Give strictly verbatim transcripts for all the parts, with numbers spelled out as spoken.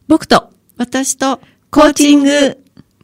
僕と私とコーチング。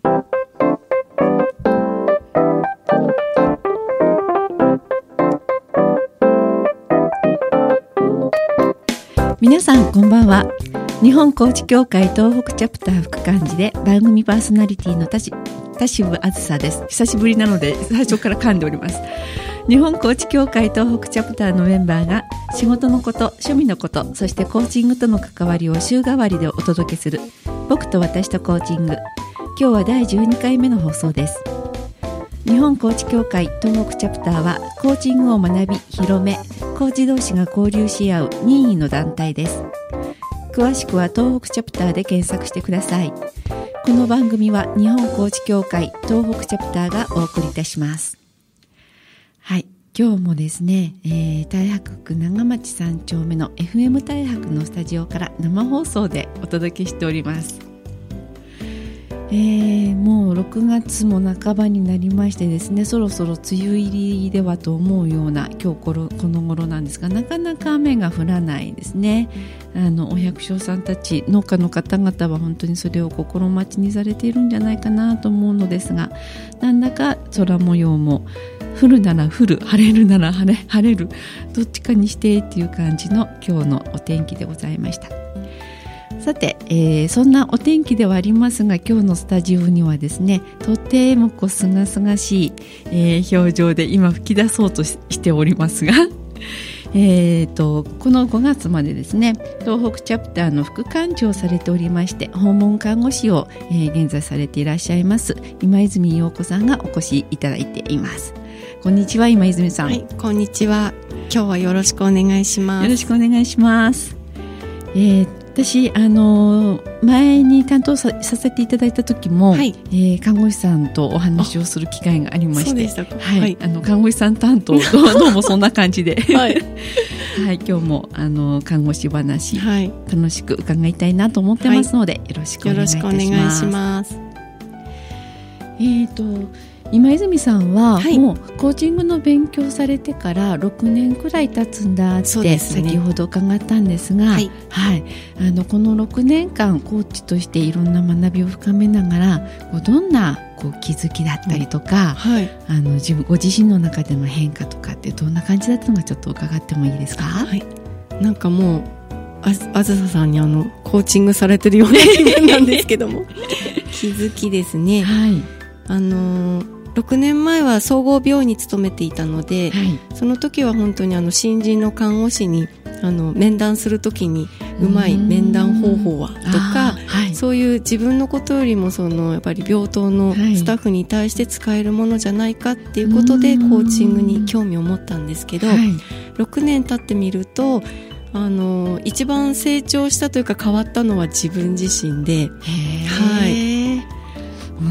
皆さんこんばんは。日本コーチ協会東北チャプター副幹事で番組パーソナリティの田渋あずさです。久しぶりなので最初から噛んでおります。日本コーチ協会東北チャプターのメンバーが仕事のこと、趣味のこと、そしてコーチングとの関わりを週替わりでお届けする僕と私とコーチング。今日はだいじゅうにかいめの放送です。日本コーチ協会東北チャプターはコーチングを学び広め、コーチ同士が交流し合う任意の団体です。詳しくは東北チャプターで検索してください。この番組は日本コーチ協会東北チャプターがお送りいたします。はい、今日もですね、えー、太白区長町さん丁目の エフエム 太白のスタジオから生放送でお届けしております。えー、もうろくがつも半ばになりましてですね、そろそろ梅雨入りではと思うような今日この、この頃なんですが、なかなか雨が降らないですね。あのお百姓さんたち、農家の方々は本当にそれを心待ちにされているんじゃないかなと思うのですが、なんだか空模様も降るなら降る、晴れるなら晴れ、晴れる、どっちかにしてっていう感じの今日のお天気でございました。さて、えー、そんなお天気ではありますが、今日のスタジオにはですね、とてもこうすがすがしい、えー、表情で今吹き出そうと し, しておりますがえーとこのごがつまでですね、東北チャプターの副幹事をされておりまして、訪問看護師を、えー、現在されていらっしゃいます今泉陽子さんがお越しいただいています。こんにちは、今泉さん。 はい、こんにちは。今日はよろしくお願いします。 よろしくお願いします。えー、私、あのー、前に担当 さ, させていただいた時も、はい、えー、看護師さんとお話をする機会がありまして、 そうでしたか。 はいはい、 あの看護師さん担当 ど, どうもそんな感じで、はいはい、今日もあの看護師話、はい、楽しく伺いたいなと思ってますので、はい、よろしくお願いいたします。 よろしくお願いします。 えーと今泉さんは、はい、もうコーチングの勉強されてからろくねんくらい経つんだって、ね、先ほど伺ったんですが、はいはい、あのこのろくねんかんコーチとしていろんな学びを深めながら、こうどんなこう気づきだったりとか、はい、あの自分ご自身の中での変化とかってどんな感じだったのか、ちょっと伺ってもいいですか？ はい、なんかもうあ, あずささんにあのコーチングされてるような気分なんですけども気づきですね、はい、あのーろくねんまえは総合病院に勤めていたので、はい、その時は本当にあの新人の看護師にあの面談する時にうまい面談方法はとか、はい、そういう自分のことよりもそのやっぱり病棟のスタッフに対して使えるものじゃないかっていうことでコーチングに興味を持ったんですけど、はい、ろくねん経ってみるとあの一番成長したというか変わったのは自分自身で、はい、 うん、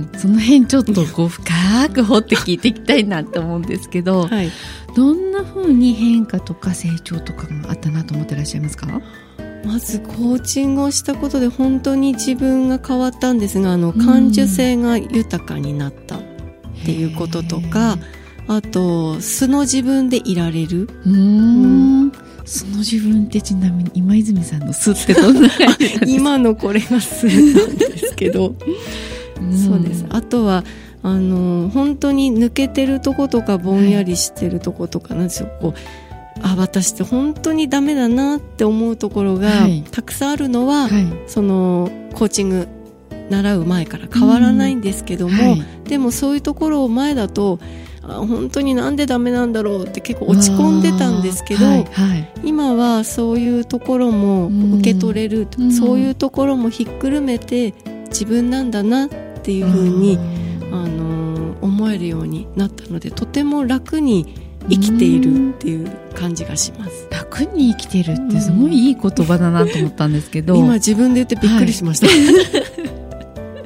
その辺ちょっとこう深く掘って聞いていきたいなと思うんですけど、はい、どんな風に変化とか成長とかがあったなと思ってらっしゃいますか？ まずコーチングをしたことで本当に自分が変わったんですが、あの感受性が豊かになったっていうこととか、あと素の自分でいられる。うーん、うん、 その自分ってちなみに今泉さんの素ってどんな感じなんですか？ 今のこれが素なんですけどそうです。あとはあの本当に抜けてるとことかぼんやりしてるとことかなんですよ、はい、こうあ私って本当にダメだなって思うところが、はい、たくさんあるのは、はい、そのコーチング習う前から変わらないんですけども、はい、でもそういうところを前だとあ本当になんでダメなんだろうって結構落ち込んでたんですけど、はいはい、今はそういうところも受け取れる、うん、そういうところもひっくるめて自分なんだなっていうふうに、あのー、思えるようになったので、とても楽に生きているっていう感じがします。 楽に生きてるってすごいいい言葉だなと思ったんですけど今自分で言ってびっくりしました、 はい、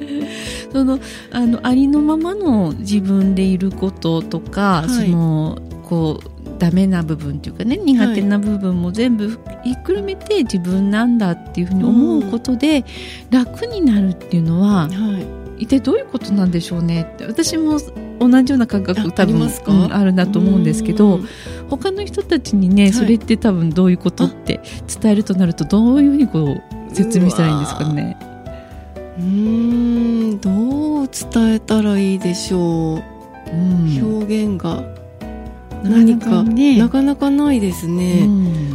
そのあのありのままの自分でいることとか、はい、そのこうダメな部分というかね、苦手な部分も全部ひっくるめて自分なんだっていうふうに思うことで楽になるっていうのは、はい、一体どういうことなんでしょうねって、私も同じような感覚多分 あ, あ, うん、あるんだと思うんですけど、他の人たちにね、はい、それって多分どういうことって伝えるとなるとどういうふうにこう説明したらいいんですかね。 うーん、どう伝えたらいいでしょう、うん、表現が何かなかなか、ね、なかなかないですね、うん、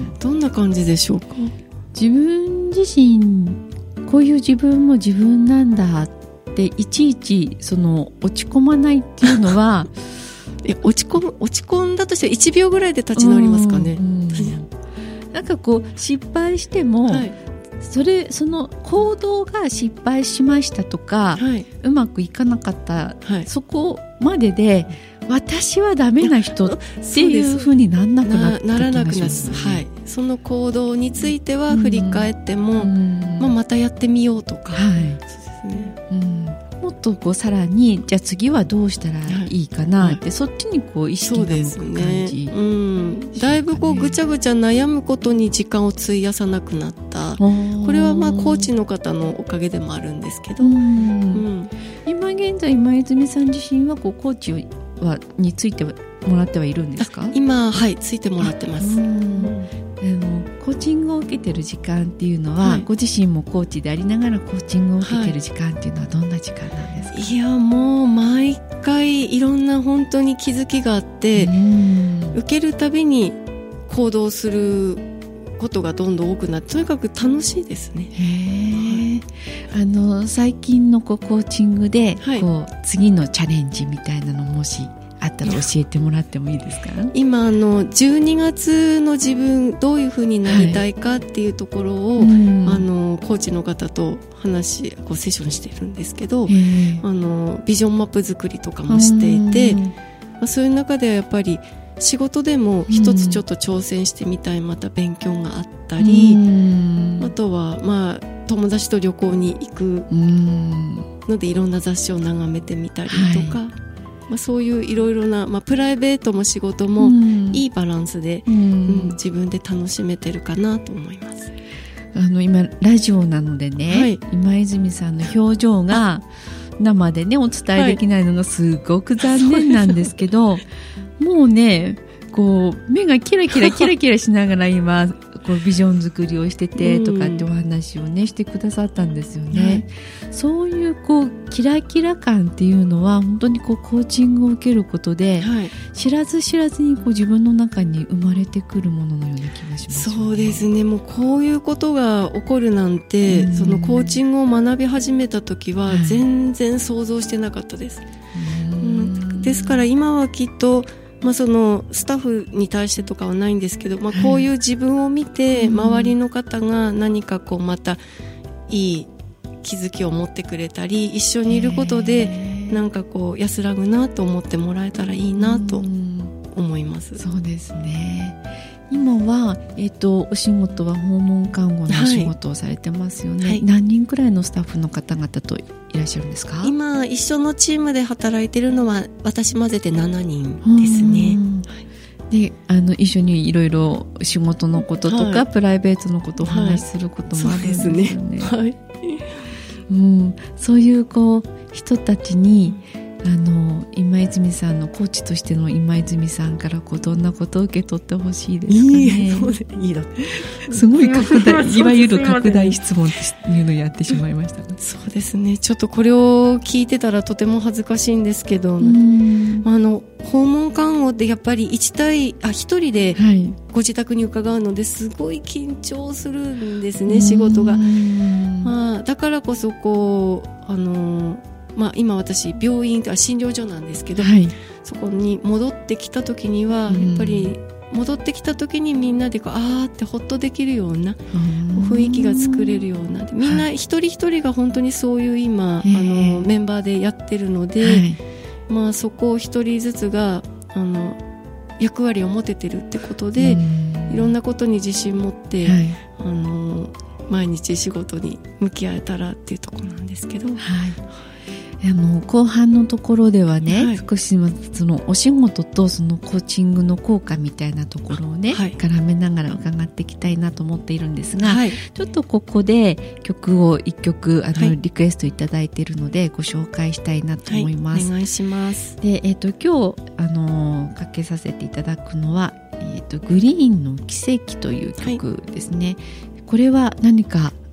どんな感じでしょうか。 自分自身こういう自分も自分なんだっていちいちその落ち込まないっていうのはえ落ち込む落ち込んだとしてはいちびょうぐらいで立ち直りますかね、うん、 なんかこう失敗しても、はい、それその行動が失敗しましたとか、はい、うまくいかなかった、はい、そこまでで私はダメな人っていう風になんなくなった気がします、ね、な, ならなくなる、 はい、その行動については振り返っても、うんまあ、またやってみようとか、はい、そうですね、 うんもっとこうさらにじゃあ次はどうしたらいいかなって、はい、そっちにこう意識が向く感じ、 ねうん、だいぶこうぐちゃぐちゃ悩むことに時間を費やさなくなった。これはまあコーチの方のおかげでもあるんですけど、うんうん、 今現在今泉さん自身はこうコーチはについてもらってはいるんですか。 今はいついてもらってます。 あのコーチングを受けてる時間っていうのは、はい、ご自身もコーチでありながらコーチングを受けてる時間っていうのはどんな時間なんですか。 はい、いやもう毎回いろんな本当に気づきがあって受けるたびに行動することがどんどん多くなってとにかく楽しいですね。 へー、あの最近のこうコーチングで、はい、こう次のチャレンジみたいなのもしあったら教えてもらってもいいですか。 今あのじゅうにがつの自分どういうふうになりたいかっていうところを、はい、あのコーチの方と話こうセッションしているんですけど、あのビジョンマップ作りとかもしていて、まあ、そういう中ではやっぱり仕事でも一つちょっと挑戦してみたいまた勉強があったり、あとはまあ友達と旅行に行くのでいろんな雑誌を眺めてみたりとか、はいまあ、そういういろいろな、まあ、プライベートも仕事もいいバランスで、うんうん、自分で楽しめてるかなと思います。 あの今ラジオなのでね、はい、今泉さんの表情が生でねお伝えできないのがすごく残念なんですけど、はい、もうねこう目がキラキラキラキラしながら今こうビジョン作りをしててとかってお話をねしてくださったんですよね、はい、そういうこうキラキラ感っていうのは本当にこうコーチングを受けることで、はい、知らず知らずにこう自分の中に生まれてくるもののような気がします、ね、 そうですね。もうこういうことが起こるなんて、うん、そのコーチングを学び始めた時は全然想像してなかったです、うん、ですから今はきっとまあ、そのスタッフに対してとかはないんですけど、まあ、こういう自分を見て周りの方が何かこうまたいい気づきを持ってくれたり一緒にいることでなんかこう安らぐなと思ってもらえたらいいなと思います。 そうですね。今は、えーと、お仕事は訪問看護のお仕事をされてますよね、はい、何人くらいのスタッフの方々といらっしゃるんですか。 今一緒のチームで働いているのは私混ぜてしちにんですね。 であの一緒にいろいろ仕事のこととか、はい、プライベートのことをお話しすることもあるんですよね、はい、そうですね、はいうん、そういうこう人たちにあの今泉さんのコーチとしての今泉さんからこうどんなことを受け取ってほしいですかね。いいそうでいいだすごい拡大いわゆる拡大質問っていうのをやってしまいました、ね、 そうですね。ちょっとこれを聞いてたらとても恥ずかしいんですけど、うんあの訪問看護ってやっぱり一対あ一人でご自宅に伺うのですごい緊張するんですね、仕事が。まあ、だからこそこうあのまあ、今私病院とか診療所なんですけど、はい、そこに戻ってきた時にはやっぱり戻ってきた時にみんなでこうあーってほっとできるような雰囲気が作れるようなみんな一人一人が本当にそういう今あのメンバーでやってるので、はいまあ、そこを一人ずつがあの役割を持ててるってことでいろんなことに自信持って、はい、あの毎日仕事に向き合えたらっていうところなんですけど、はいあの後半のところではね、はい、少しそのお仕事とそのコーチングの効果みたいなところをね、はい、絡めながら伺っていきたいなと思っているんですが、はい、ちょっとここで曲をいっきょくあの、はい、リクエストいただいているのでご紹介したいなと思います、 はい、お願いします。 で、えーと、今日あのかけさせていただくのは、えーと、グリーンの奇跡という曲ですね、はい、これは何か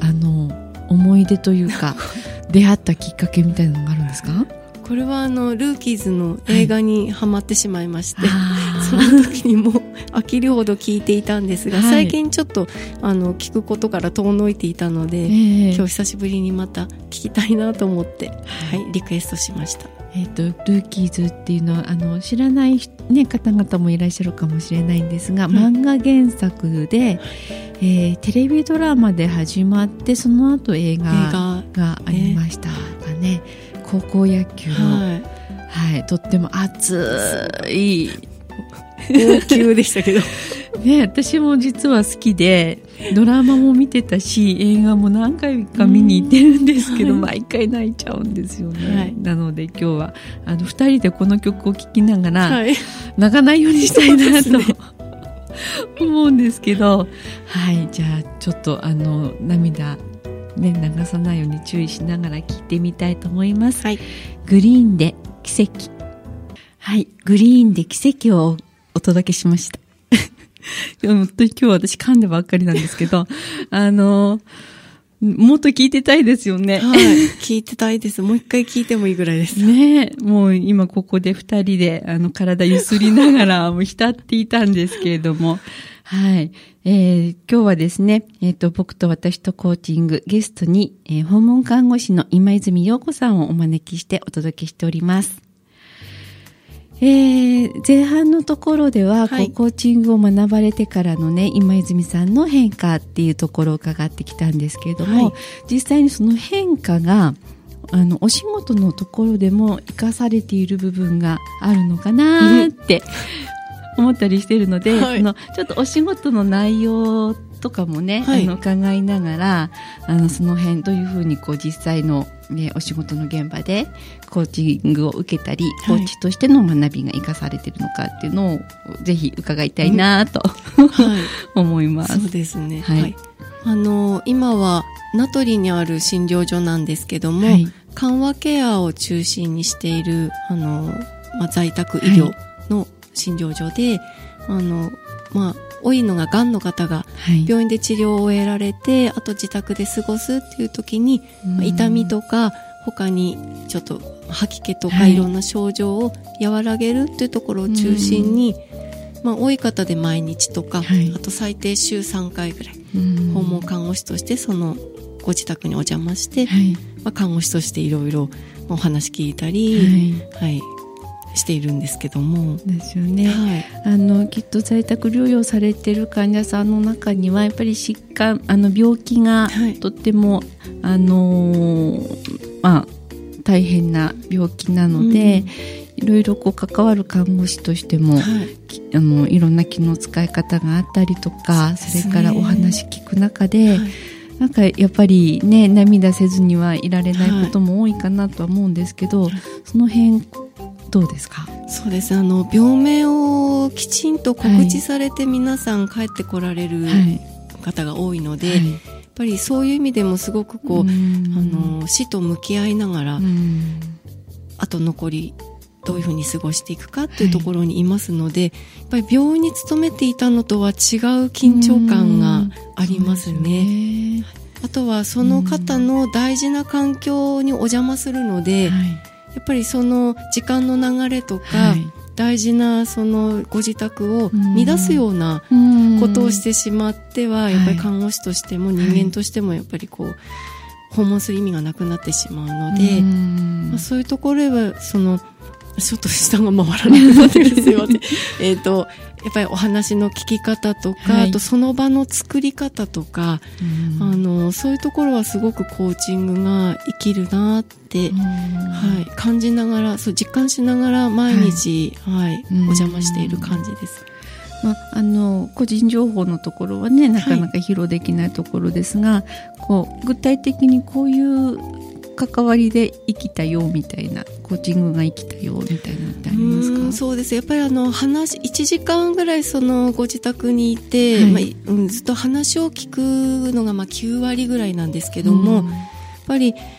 あの思い出というか出会ったきっかけみたいなのがあるんですか？ これはあのルーキーズの映画にハマってしまいまして、はい、その時にも飽きるほど聞いていたんですが、はい、最近ちょっとあの聞くことから遠のいていたので、えー、今日久しぶりにまた聞きたいなと思って、はいはい、リクエストしました。 えーと、ルーキーズっていうのはあの知らない、ね、方々もいらっしゃるかもしれないんですが、うん、漫画原作で、えー、テレビドラマで始まってその後映画がありましたがね、えー、高校野球の、はいはい、とっても熱い大級でしたけどね、私も実は好きでドラマも見てたし映画も何回か見に行ってるんですけど、毎回泣いちゃうんですよね、はい、なので今日はあのふたりでこの曲を聴きながら、はい、泣かないようにしたいなと、ね、思うんですけど、はい、じゃあちょっとあの涙、ね、流さないように注意しながら聴いてみたいと思います、はい、グリーンで奇跡。はい、グリーンで奇跡をお届けしました本当に今日私噛んでばっかりなんですけどあのもっと聞いてたいですよね。 はい、聞いてたいです。もう一回聞いてもいいぐらいですね。もう今ここで二人であの体ゆすりながらもう浸っていたんですけれどもはい、えー、今日はですね、えっと僕と私とコーチングゲストに、えー、訪問看護師の今泉陽子さんをお招きしてお届けしております。えー、前半のところでは、はい、こうコーチングを学ばれてからのね今泉さんの変化っていうところを伺ってきたんですけれども、はい、実際にその変化があのお仕事のところでも生かされている部分があるのかなって思ったりしているので、はい、そのちょっとお仕事の内容とかもね、はい、あの考えながらあのその辺どういうふうにこう実際の、ね、お仕事の現場でコーチングを受けたり、はい、コーチとしての学びが生かされているのかっていうのをぜひ伺いたいなと、うんはい、思います。 そうですね、はいはい、あの今は名取にある診療所なんですけども、はい、緩和ケアを中心にしているあの、まあ、在宅医療の診療所で、はい、あのまあ多いのががんの方が病院で治療を終えられて、はい、あと自宅で過ごすっていう時に、まあ、痛みとか他にちょっと吐き気とかいろんな症状を和らげるっていうところを中心に、まあ、多い方で毎日とか、はい、あと最低週さんかいぐらい訪問看護師としてそのご自宅にお邪魔して、はいまあ、看護師としていろいろお話聞いたり、はいはいしているんですけどもですよね、はい、あのきっと在宅療養されている患者さんの中にはやっぱり疾患あの病気がとっても、はい、あのまあ大変な病気なので、うん、いろいろこう関わる看護師としても、はい、あのいろんな気の使い方があったりとか そ,、ね、それからお話聞く中で、はいなんかやっぱりね涙せずにはいられないことも多いかなとは思うんですけど、はい、その辺どうですか？ そうですあの病名をきちんと告知されて皆さん帰ってこられる方が多いので、はいはい、やっぱりそういう意味でもすごくこう、うあの死と向き合いながらあと残りどういうふうに過ごしていくかっていうところにいますので、はい、やっぱり病院に勤めていたのとは違う緊張感がありますね。あとはその方の大事な環境にお邪魔するので、はいやっぱりその時間の流れとか、はい、大事なそのご自宅を乱すようなことをしてしまってはやっぱり看護師としても人間としてもやっぱりこう訪問する意味がなくなってしまうので、まあ、そういうところではそのちょっと下が回らなくなってるすいませんえっとやっぱりお話の聞き方とか、はい、あとその場の作り方とか、あのそういうところはすごくコーチングが生きるなって、はい、感じながらそう実感しながら毎日、はいはい、お邪魔している感じです。 まあ、あの個人情報のところはねなかなか披露できないところですが、はい、こう具体的にこういう関わりで生きたよみたいなコーチングが生きたよみたいなのってありますか？ うんそうですやっぱりあの話いちじかんぐらいそのご自宅にいて、はいまあうん、ずっと話を聞くのがまあきゅうわりぐらいなんですけども、うん、やっぱり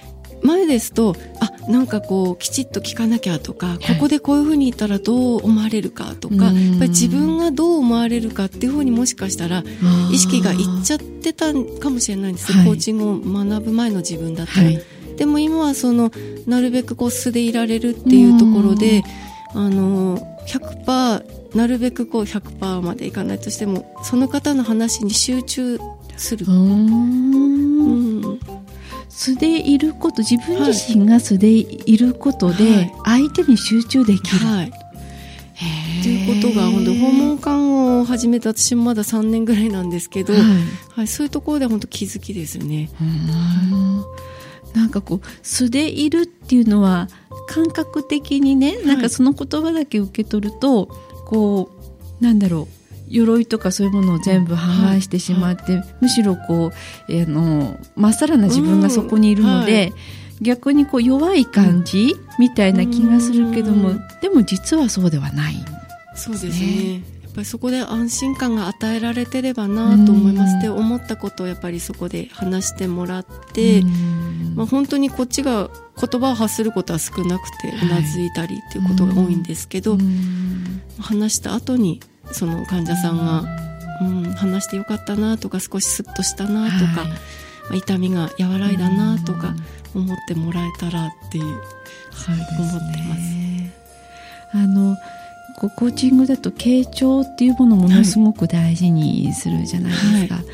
前ですとあなんかこうきちっと聞かなきゃとか、はい、ここでこういうふうに言ったらどう思われるかとか、やっぱり自分がどう思われるかっていうふうにもしかしたら意識がいっちゃってたかもしれないんです、はい、コーチングを学ぶ前の自分だったら、はい、でも今はそのなるべくこう素でいられるっていうところで、あの ひゃくパーセント なるべくこう ひゃくパーセント までいかないとしてもその方の話に集中する。うーん、 素でいること、自分自身が素でいることで相手に集中できる、はいはい、 っていうことが本当訪問看護を始めた私もまださんねんぐらいなんですけど、はいはい、そういうところで本当気づきですね。うーん、 なんかこう素でいるっていうのは感覚的にね、なんかその言葉だけ受け取ると、はい、こうなんだろう、鎧とかそういうものを全部剥がしてしまって、はいはい、むしろこう、えー、のまっさらな自分がそこにいるので、うんはい、逆にこう弱い感じ、うん、みたいな気がするけども、でも実はそうではない、ね、 そうですね。やっぱりそこで安心感が与えられてればなと思います。で思ったことをやっぱりそこで話してもらって、まあ、本当にこっちが言葉を発することは少なくてうなずいたりっていうことが多いんですけど、話した後にその患者さんが、うん、話してよかったなとか少しスッとしたなとか、はい、痛みが和らいだなとか思ってもらえたらっていう、はい、思ってます。 あのこうコーチングだと傾聴っていうものをものすごく大事にするじゃないですか、はい、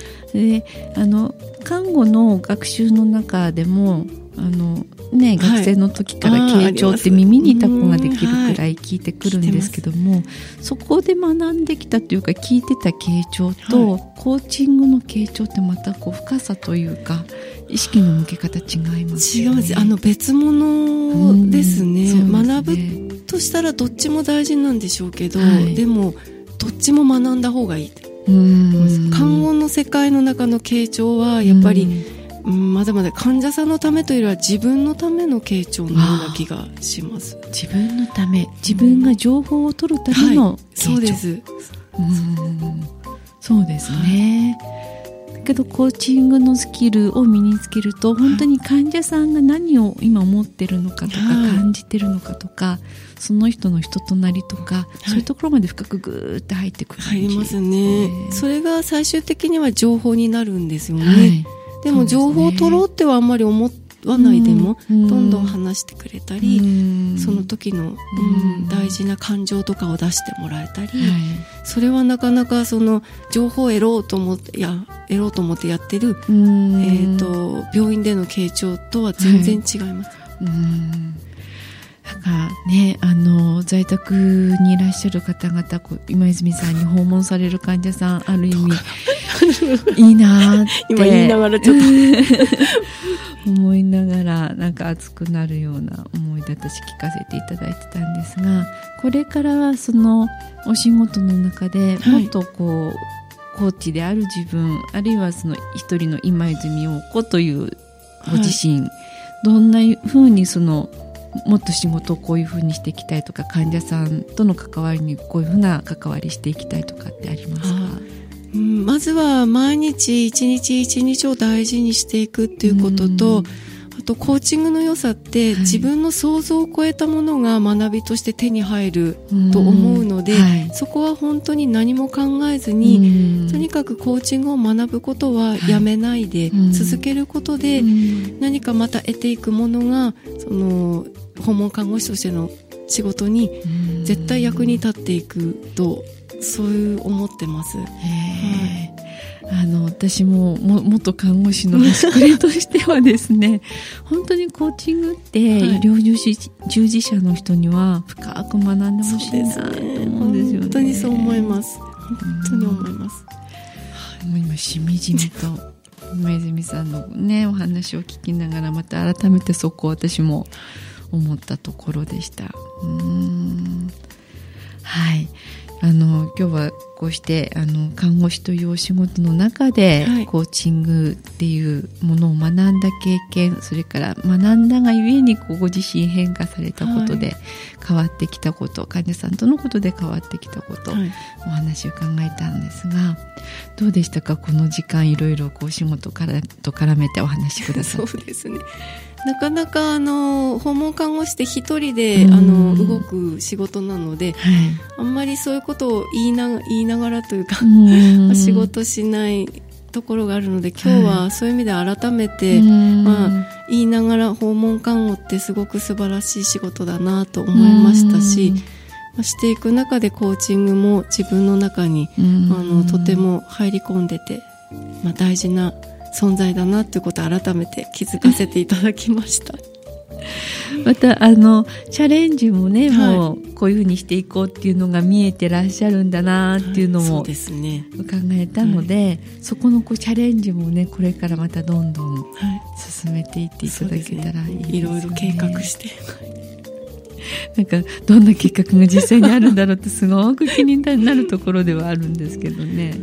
であの看護の学習の中でもあの、ね、学生の時から傾聴って耳にタコができるくらい聞いてくるんですけども、はい、そこで学んできたというか聞いてた傾聴と、はい、コーチングの傾聴ってまたこう深さというか意識の向け方違いますよね。 違うんです。あの別物ですね。ですね。学ぶとしたらどっちも大事なんでしょうけど、はい、でもどっちも学んだ方がいい。うん看護の世界の中の傾聴はやっぱり、うん、まだまだ患者さんのためというよりは自分のための傾聴のような気がします。 自分のため、自分が情報を取るための傾聴、はい、そうです。うんそうですね、はい、だけどコーチングのスキルを身につけると本当に患者さんが何を今思ってるのかとか感じてるのかとか、はい、その人の人となりとか、はい、そういうところまで深くぐーって入ってくる感じ、 入りますね。それが最終的には情報になるんですよね、はい、でも情報を取ろうってはあんまり思わないでも、うん、どんどん話してくれたり、うん、その時の、うん、大事な感情とかを出してもらえたり、はい、それはなかなかその情報を得ろうと思ってや得ろうと思ってやってる、うん、えーと、病院での傾聴とは全然違います、はい、うんなんかね、あの在宅にいらっしゃる方々、こう今泉さんに訪問される患者さんある意味いいなって今言いながらちょっと思いながらなんか熱くなるような思いで私聞かせていただいてたんですが、これからはそのお仕事の中でもっとこう、はい、コーチである自分、あるいはその一人の今泉陽子というご自身、はい、どんなふうにそのもっと仕事をこういうふうにしていきたいとか、患者さんとの関わりにこういうふうな関わりしていきたいとかってありますか？ うん、まずは毎日一日一日を大事にしていくっていうことと、あとコーチングの良さって、はい、自分の想像を超えたものが学びとして手に入ると思うので、はい、そこは本当に何も考えずに、とにかくコーチングを学ぶことはやめないで、はい、続けることで何かまた得ていくものがその訪問看護師としての仕事に絶対役に立っていくと、そういう思ってます。へー、 はい、あの私もも元看護師の端くれとしてはですね本当にコーチングって医療従事、はい、従事者の人には深く学んでほしいなと思うんですよね。 本当にそう思います。本当に思います、 うん、もう今しみじみと今泉さんのねお話を聞きながらまた改めてそこを私も思ったところでした。うーん、はい、あの今日はこうしてあの看護師というお仕事の中で、はい、コーチングっていうものを学んだ経験、それから学んだがゆえにこうご自身変化されたことで変わってきたこと、はい、患者さんとのことで変わってきたこと、はい、お話を伺えたんですが、どうでしたか？この時間いろいろこうお仕事からと絡めてお話しください。 そうですね、 なかなかあの訪問看護師って一人で、うん、あの動く仕事なので、はい、あんまりそういうことを言いな、言いながらというか、うん、仕事しないところがあるので、今日はそういう意味で改めて、はい、まあ、言いながら訪問看護ってすごく素晴らしい仕事だなと思いましたし、まあ、していく中でコーチングも自分の中にあのとても入り込んでて、まあ、大事な存在だなということを改めて気づかせていただきましたまたあのチャレンジもね、はい、もうこういうふうにしていこうっていうのが見えてらっしゃるんだなっていうのも、はい、そうですね、考えたので、はい、そこのこうチャレンジもね、これからまたどんどん進めていっていただけたらいいですね。 いろいろ計画してなんかどんな計画が実際にあるんだろうってすごく気になるところではあるんですけどね。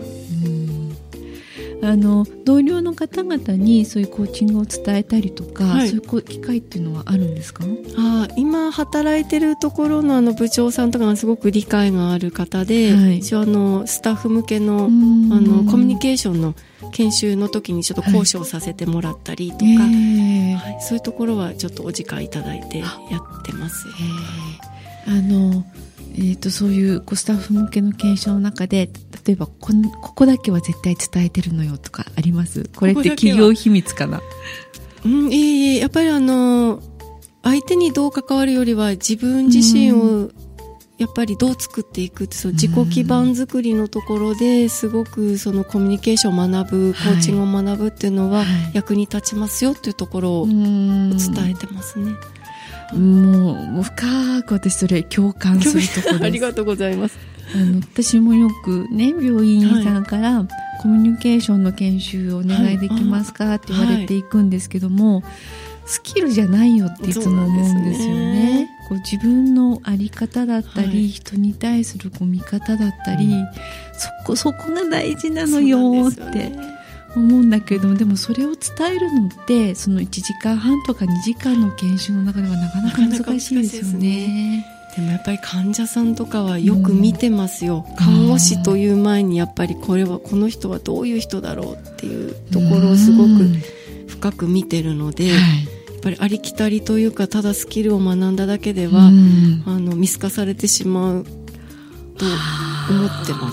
あの同僚の方々にそういうコーチングを伝えたりとか、はい、そういう機会っていうのはあるんですか？ あ、今働いてるところの、あの部長さんとかがすごく理解がある方で、はい、一応あのスタッフ向け の, あのコミュニケーションの研修の時にちょっと講師をさせてもらったりとか、はいはい、そういうところはちょっとお時間いただいてやってます。 あのえー、とそういうこうスタッフ向けの研修の中で、例えば こ, ここだけは絶対伝えてるのよとかあります？これって企業秘密かな？ うん、いえいえ、やっぱりあの相手にどう関わるよりは自分自身をやっぱりどう作っていくって、その自己基盤作りのところですごくそのコミュニケーションを学ぶ、コーチングを学ぶっていうのは役に立ちますよっていうところを伝えてますね。 もう、もう深く私それ共感するところです。 ありがとうございます。 あの私もよくね、病院さんからコミュニケーションの研修をお願いできますか、はい、って言われていくんですけども、はい、スキルじゃないよっていつも思うんですよね。こう自分の在り方だったり、はい、人に対するこう見方だったり、うん、そこそこが大事なのよって思うんだけど、でもそれを伝えるのってそのいちじかんはんとかにじかんの研修の中ではなかなか難しいですよね。 でもやっぱり患者さんとかはよく見てますよ、うん、看護師という前にやっぱりこれはこの人はどういう人だろうっていうところをすごく深く見てるので、うん、やっぱりありきたりというか、ただスキルを学んだだけでは、うん、あの見透かされてしまうと思ってます。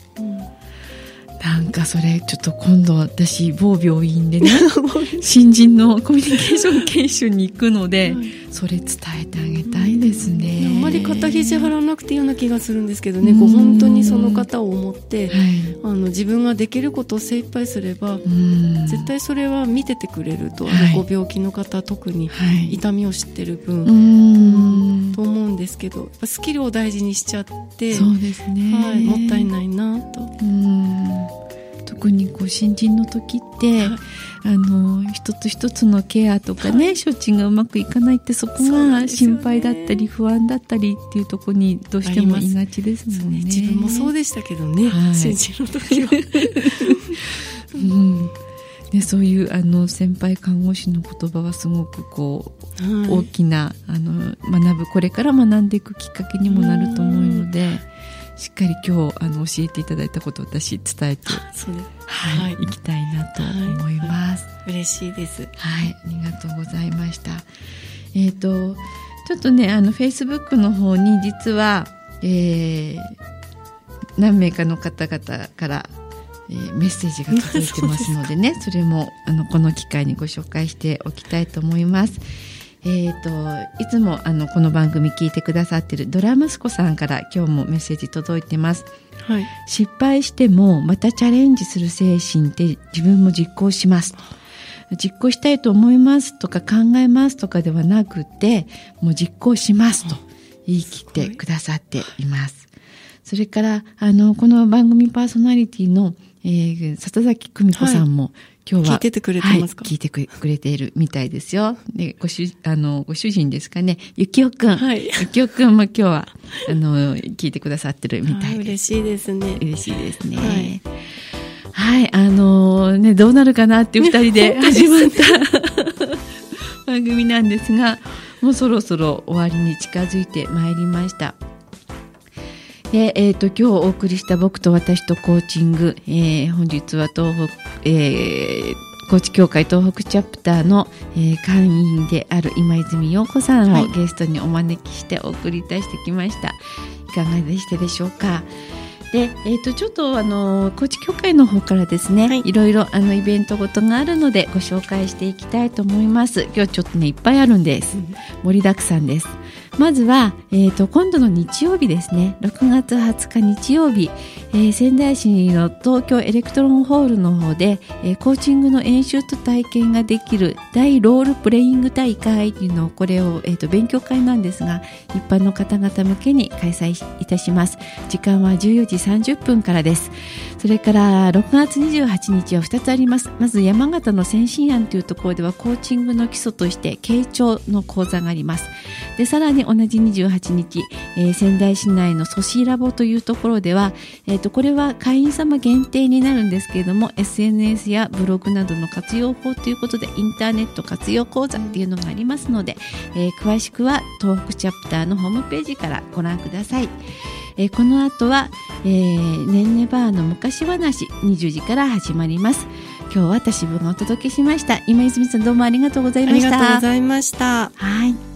なんかそれちょっと今度私某病院でね新人のコミュニケーション研修に行くので、はい、それ伝えてあげたいですね。 あんまり肩肘張らなくていいような気がするんですけどね、こう本当にその方を思って、はい、あの自分ができることを精一杯すれば絶対それは見ててくれると、はい、あのご病気の方特に痛みを知ってる分、はい、と思うんですけど、スキルを大事にしちゃって、 そうですね、 はい、もったいないなと。 うん特にこう新人の時って、はい、あの一つ一つのケアとかね、はい、処置がうまくいかないって、そこが心配だったり不安だったりっていうところにどうしてもいがちですもんね。 自分もそうでしたけどね、はい、新人の時は、 うんでそういうあの先輩看護師の言葉はすごくこう、はい、大きなあの学ぶこれから学んでいくきっかけにもなると思うので、しっかり今日あの教えていただいたことを私伝えて、 そうです、 はい、はい、いきたいなと思います、 はいはい、嬉しいです。 はい、ありがとうございました。えーとちょっとね、あのフェイスブックの方に実は、えー、何名かの方々からえー、メッセージが届いてますのでね、それもあのこの機会にご紹介しておきたいと思います。えーと、いつもあのこの番組聞いてくださっているドラ息子さんから今日もメッセージ届いてます、はい、失敗してもまたチャレンジする精神って自分も実行します、実行したいと思いますとか考えますとかではなくて、もう実行しますと言い切ってくださっています。それからあのこの番組パーソナリティのえー、里崎久美子さんも、はい、今日は聞いててくれてますか？ はい、聞いてくれているみたいですよ。で、ご主あのご主人ですかね、ゆきおくん、はい、ゆきおくんも今日はあの聞いてくださってるみたいです。 嬉しいですね。 嬉しいですね。はい、はい、あのー、ねどうなるかなっていう二人で始まった番組なんですが、もうそろそろ終わりに近づいてまいりました。でえー、と今日お送りした僕と私とコーチング、えー、本日は東北、えー、 高知教会東北チャプターの、えー、会員である今泉陽子さんをゲストにお招きしてお送りいたしてきました。いかがでしたでしょうか。で、えー、とちょっとあの高知教会の方からですね、はい、いろいろあのイベントごとがあるのでご紹介していきたいと思います。今日ちょっとねいっぱいあるんです、うん、盛りだくさんです。まずは、えー、と今度の日曜日ですね、ろくがつはつか日曜日、えー、仙台市の東京エレクトロンホールの方で、えー、コーチングの演習と体験ができる大ロールプレイング大会っていうのをこれを、えー、と勉強会なんですが一般の方々向けに開催いたします。時間はじゅうよじさんじゅっぷんからです。それからろくがつにじゅうはちにちはふたつあります。まず山形の先進庵というところではコーチングの基礎として傾聴の講座があります。でさらに同じにじゅうはちにち、えー、仙台市内のソシーラボというところでは、えー、とこれは会員様限定になるんですけれども エスエヌエス やブログなどの活用法ということでインターネット活用講座っていうのがありますので、えー、詳しくは東北チャプターのホームページからご覧ください。えー、この後は、えー、ねんねバーの昔話にじゅうじから始まります。今日は私分がお届けしました。今泉さんどうもありがとうございました。 ありがとうございました。 はい。